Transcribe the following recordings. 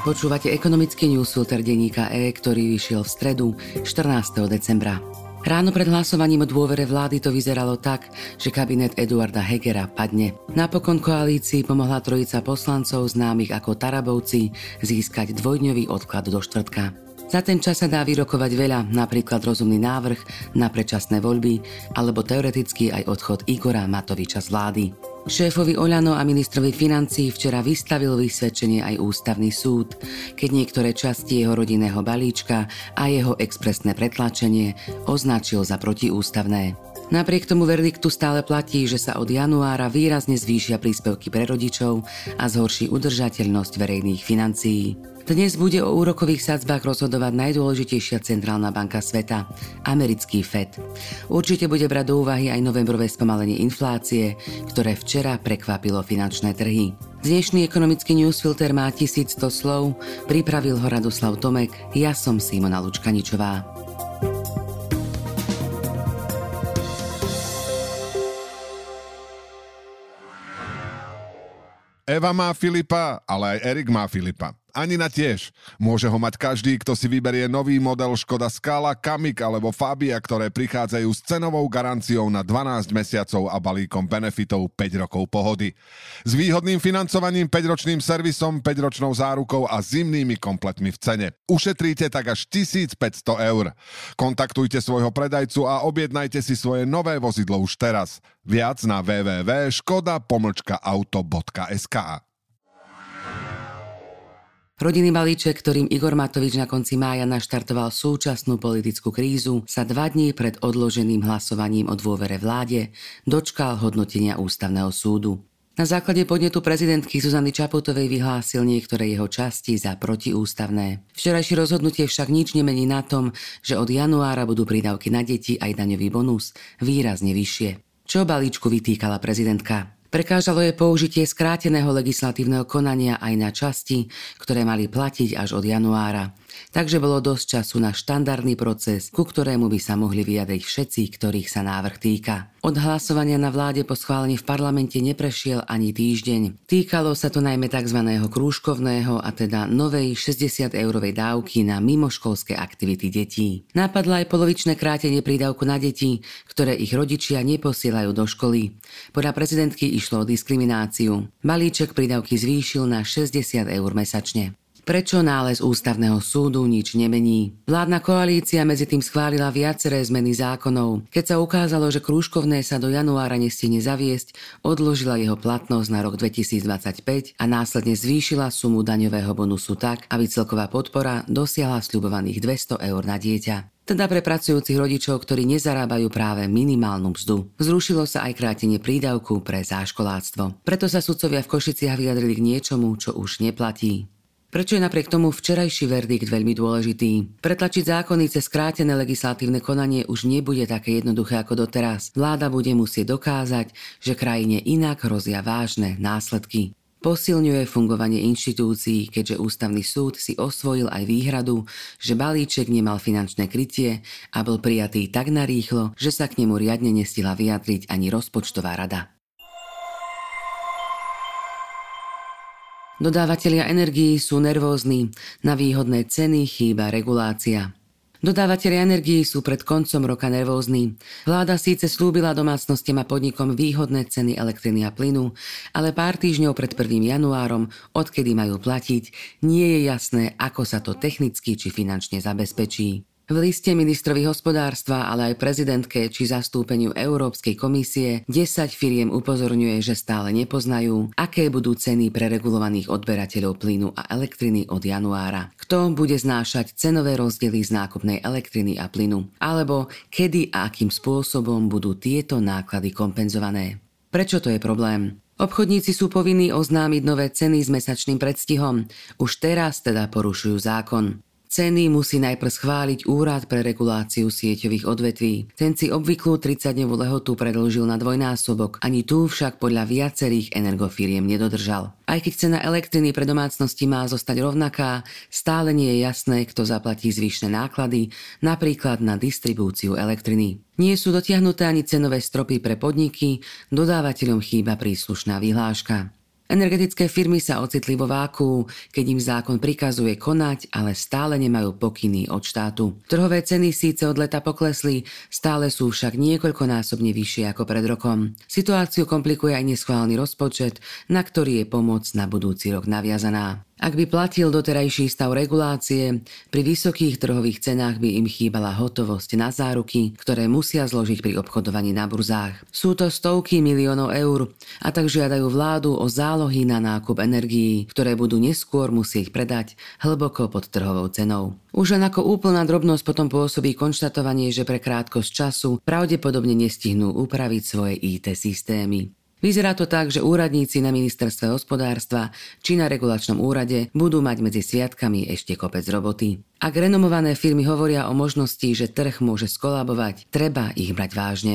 Počúvate ekonomický newsfilter denníka E, ktorý vyšiel v stredu 14. decembra. Ráno pred hlasovaním o dôvere vlády to vyzeralo tak, že kabinet Eduarda Hegera padne. Napokon koalícii pomohla trojica poslancov známych ako Tarabovci získať dvojdňový odklad do štvrtka. Za ten čas sa dá vyrokovať veľa, napríklad rozumný návrh na predčasné voľby alebo teoreticky aj odchod Igora Matoviča z vlády. Šéfovi Oľano a ministrovi financií včera vystavil vysvedčenie aj ústavný súd, keď niektoré časti jeho rodinného balíčka a jeho expresné pretlačenie označil za protiústavné. Napriek tomu verdiktu stále platí, že sa od januára výrazne zvýšia príspevky pre rodičov a zhorší udržateľnosť verejných financií. Dnes bude o úrokových sadzbách rozhodovať najdôležitejšia centrálna banka sveta, americký Fed. Určite bude brať do úvahy aj novembrové spomalenie inflácie, ktoré včera prekvapilo finančné trhy. Dnešný ekonomický newsfilter má 1100 slov, pripravil ho Radoslav Tomek, ja som Simona Lučkaničová. Eva má Filipa, ale aj Erik má Filipa. Anina tiež. Môže ho mať každý, kto si vyberie nový model Škoda Scala, Kamiq alebo Fabia, ktoré prichádzajú s cenovou garanciou na 12 mesiacov a balíkom benefitov 5 rokov pohody. S výhodným financovaním, 5-ročným servisom, 5-ročnou zárukou a zimnými kompletmi v cene. Ušetríte tak až 1500 €. Kontaktujte svojho predajcu a objednajte si svoje nové vozidlo už teraz. Viac na www.škoda-auto.sk. Rodinný balíček, ktorým Igor Matovič na konci mája naštartoval súčasnú politickú krízu, sa 2 dní pred odloženým hlasovaním o dôvere vláde dočkal hodnotenia ústavného súdu. Na základe podnetu prezidentky Zuzany Čaputovej vyhlásil niektoré jeho časti za protiústavné. Včerajšie rozhodnutie však nič nemení na tom, že od januára budú prídavky na deti aj daňový bonus výrazne vyššie. Čo balíčku vytýkala prezidentka? Prekážalo je použitie skráteného legislatívneho konania aj na časti, ktoré mali platiť až od januára. Takže bolo dosť času na štandardný proces, ku ktorému by sa mohli vyjadriť všetci, ktorých sa návrh týka. Od hlasovania na vláde po schválení v parlamente neprešiel ani týždeň. Týkalo sa to najmä tzv. Krúžkovného, a teda novej 60-eurovej dávky na mimoškolské aktivity detí. Napadlo aj polovičné krátenie prídavku na deti, ktoré ich rodičia neposielajú do školy. Podľa prezidentky išlo o diskrimináciu. Balíček prídavky zvýšil na 60 € mesačne. Prečo nález ústavného súdu nič nemení? Vládna koalícia medzi tým schválila viaceré zmeny zákonov. Keď sa ukázalo, že krúžkovné sa do januára nestihne zaviesť, odložila jeho platnosť na rok 2025 a následne zvýšila sumu daňového bonusu tak, aby celková podpora dosiahla sľubovaných 200 € na dieťa. Teda pre pracujúcich rodičov, ktorí nezarábajú práve minimálnu mzdu. Zrušilo sa aj krátenie prídavku pre záškoláctvo. Preto sa sudcovia v Košiciach vyjadrili k niečomu, čo už neplatí. Prečo je napriek tomu včerajší verdikt veľmi dôležitý? Pretlačiť zákony cez skrátené legislatívne konanie už nebude také jednoduché ako doteraz. Vláda bude musieť dokázať, že krajine inak hrozia vážne následky. Posilňuje fungovanie inštitúcií, keďže ústavný súd si osvojil aj výhradu, že balíček nemal finančné krytie a bol prijatý tak narýchlo, že sa k nemu riadne nestihla vyjadriť ani rozpočtová rada. Dodávatelia energií sú nervózni, na výhodné ceny chýba regulácia. Dodávatelia energií sú pred koncom roka nervózni. Vláda síce slúbila domácnostiam a podnikom výhodné ceny elektriny a plynu, ale pár týždňov pred 1. januárom, odkedy majú platiť, nie je jasné, ako sa to technicky či finančne zabezpečí. V liste ministrovi hospodárstva, ale aj prezidentke či zastúpeniu Európskej komisie 10 firiem upozorňuje, že stále nepoznajú, aké budú ceny pre regulovaných odberateľov plynu a elektriny od januára. Kto bude znášať cenové rozdiely z nákupnej elektriny a plynu? Alebo kedy a akým spôsobom budú tieto náklady kompenzované? Prečo to je problém? Obchodníci sú povinní oznámiť nové ceny s mesačným predstihom. Už teraz teda porušujú zákon. Ceny musí najprv schváliť Úrad pre reguláciu sieťových odvetví. Ten si obvyklú 30-dňovú lehotu predĺžil na dvojnásobok, ani tu však podľa viacerých energofiriem nedodržal. Aj keď cena elektriny pre domácnosti má zostať rovnaká, stále nie je jasné, kto zaplatí zvyšné náklady, napríklad na distribúciu elektriny. Nie sú dotiahnuté ani cenové stropy pre podniky, dodávateľom chýba príslušná vyhláška. Energetické firmy sa ocitli vo vákuu, keď im zákon prikazuje konať, ale stále nemajú pokyny od štátu. Trhové ceny síce od leta poklesli, stále sú však niekoľkonásobne vyššie ako pred rokom. Situáciu komplikuje aj neschválený rozpočet, na ktorý je pomoc na budúci rok naviazaná. Ak by platil doterajší stav regulácie, pri vysokých trhových cenách by im chýbala hotovosť na záruky, ktoré musia zložiť pri obchodovaní na burzách. Sú to stovky miliónov eur a tak žiadajú vládu o zálohy na nákup energií, ktoré budú neskôr musieť predať hlboko pod trhovou cenou. Už len ako úplná drobnosť potom pôsobí konštatovanie, že pre krátkosť času pravdepodobne nestihnú upraviť svoje IT systémy. Vyzerá to tak, že úradníci na ministerstve hospodárstva či na regulačnom úrade budú mať medzi sviatkami ešte kopec roboty. Ak renomované firmy hovoria o možnosti, že trh môže skolabovať, treba ich brať vážne.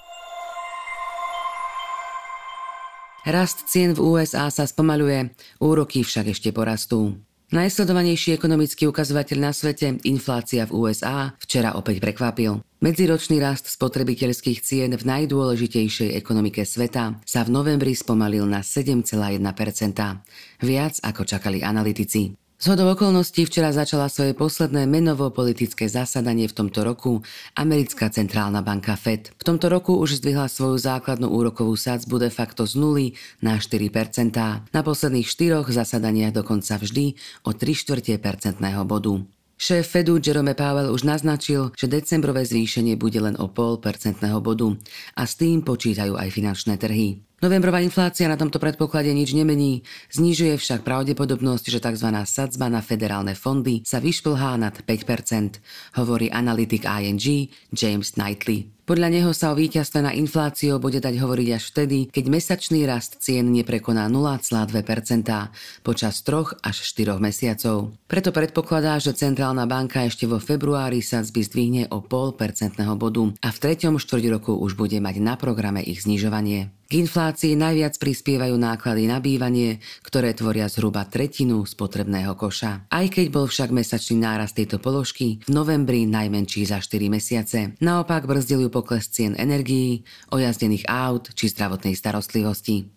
Rast cien v USA sa spomaľuje, úroky však ešte porastú. Najsledovanejší ekonomický ukazovateľ na svete, inflácia v USA, včera opäť prekvapil. Medziročný rast spotrebiteľských cien v najdôležitejšej ekonomike sveta sa v novembri spomalil na 7,1%, viac ako čakali analytici. Zhodou okolností včera začala svoje posledné menovo-politické zasadanie v tomto roku americká centrálna banka Fed. V tomto roku už zdvihla svoju základnú úrokovú sadzbu de facto z 0 na 4%. Na posledných 4 zasadaniach dokonca vždy o 0,75% bodu. Šéf Fedu Jerome Powell už naznačil, že decembrové zvýšenie bude len o 0,5% bodu a s tým počítajú aj finančné trhy. Novembrová inflácia na tomto predpoklade nič nemení, znižuje však pravdepodobnosť, že tzv. Sadzba na federálne fondy sa vyšplhá nad 5%, hovorí analytik ING James Knightley. Podľa neho sa o víťazstve na infláciu bude dať hovoriť až vtedy, keď mesačný rast cien neprekoná 0,2% počas 3 až 4 mesiacov. Preto predpokladá, že centrálna banka ešte vo februári sadzby zdvihne o 0,5% bodu a v 3. štvrťroku už bude mať na programe ich znižovanie. K inflácii najviac prispievajú náklady na bývanie, ktoré tvoria zhruba tretinu spotrebného koša. Aj keď bol však mesačný nárast tejto položky v novembri najmenší za 4 mesiace. Naopak brzdil ju pokles cien energií, ojazdených aut či zdravotnej starostlivosti.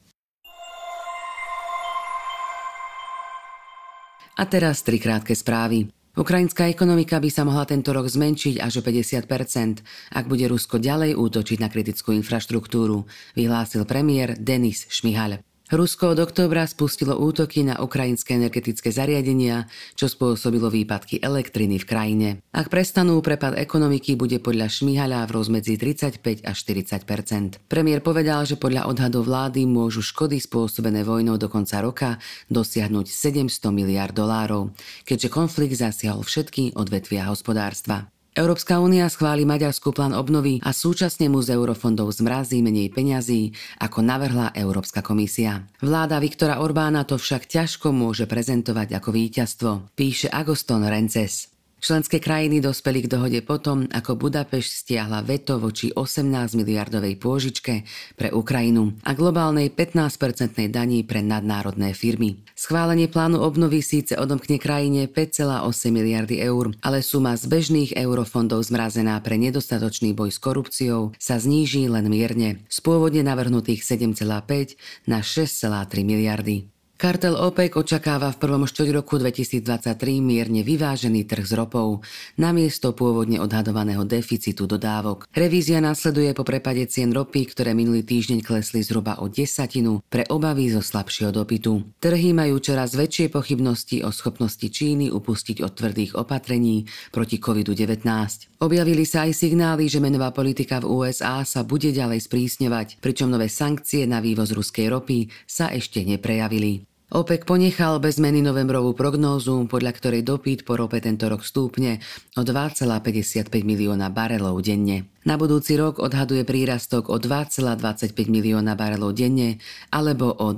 A teraz 3 krátke správy. Ukrajinská ekonomika by sa mohla tento rok zmenšiť až o 50%, ak bude Rusko ďalej útočiť na kritickú infraštruktúru, vyhlásil premiér Denis Šmihaľ. Rusko od októbra spustilo útoky na ukrajinské energetické zariadenia, čo spôsobilo výpadky elektriny v krajine. Ak prestanú, prepad ekonomiky bude podľa Šmihaľa v rozmedzi 35 až 40%. Premiér povedal, že podľa odhadov vlády môžu škody spôsobené vojnou do konca roka dosiahnuť $700 miliárd, keďže konflikt zasiahol všetky odvetvia hospodárstva. Európska únia schváli maďarskú plán obnovy a súčasne mu z eurofondov zmrazí menej peňazí, ako navrhla Európska komisia. Vláda Viktora Orbána to však ťažko môže prezentovať ako víťazstvo, píše Agoston Rences. Členské krajiny dospeli k dohode potom, ako Budapešť stiahla veto voči 18 miliardovej pôžičke pre Ukrajinu a globálnej 15% daní pre nadnárodné firmy. Schválenie plánu obnovy síce odomkne krajine 5,8 miliardy eur, ale suma z bežných eurofondov zmrazená pre nedostatočný boj s korupciou sa zníži len mierne z pôvodne navrhnutých 7,5 na 6,3 miliardy. Kartel OPEC očakáva v prvom štvrťroku 2023 mierne vyvážený trh s ropou, namiesto pôvodne odhadovaného deficitu dodávok. Revízia nasleduje po prepade cien ropy, ktoré minulý týždeň klesli zhruba o 10% pre obavy zo slabšieho dopytu. Trhy majú čoraz väčšie pochybnosti o schopnosti Číny upustiť od tvrdých opatrení proti COVID-19. Objavili sa aj signály, že menová politika v USA sa bude ďalej sprísňovať, pričom nové sankcie na vývoz ruskej ropy sa ešte neprejavili. OPEC ponechal bez zmeny novembrovú prognózu, podľa ktorej dopyt po rope tento rok stúpne o 2,55 milióna barelov denne. Na budúci rok odhaduje prírastok o 2,25 milióna barelov denne alebo o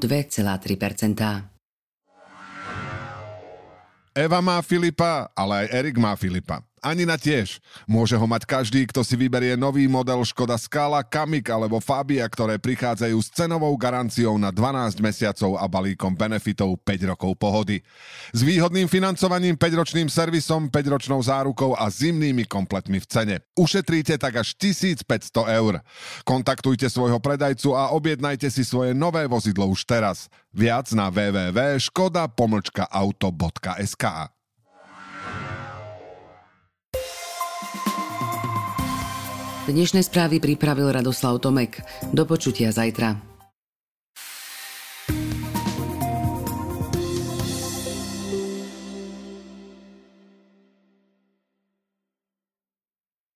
2,3%. Eva má Filipa, ale aj Erik má Filipa. Ani na tiež. Môže ho mať každý, kto si vyberie nový model Škoda Scala, Kamiq alebo Fabia, ktoré prichádzajú s cenovou garanciou na 12 mesiacov a balíkom benefitov 5 rokov pohody. S výhodným financovaním, 5-ročným servisom, 5-ročnou zárukou a zimnými kompletmi v cene. Ušetríte tak až 1500 eur. Kontaktujte svojho predajcu a objednajte si svoje nové vozidlo už teraz. Viac na www.škoda-auto.sk. Dnešné správy pripravil Radoslav Tomek. Do počutia zajtra.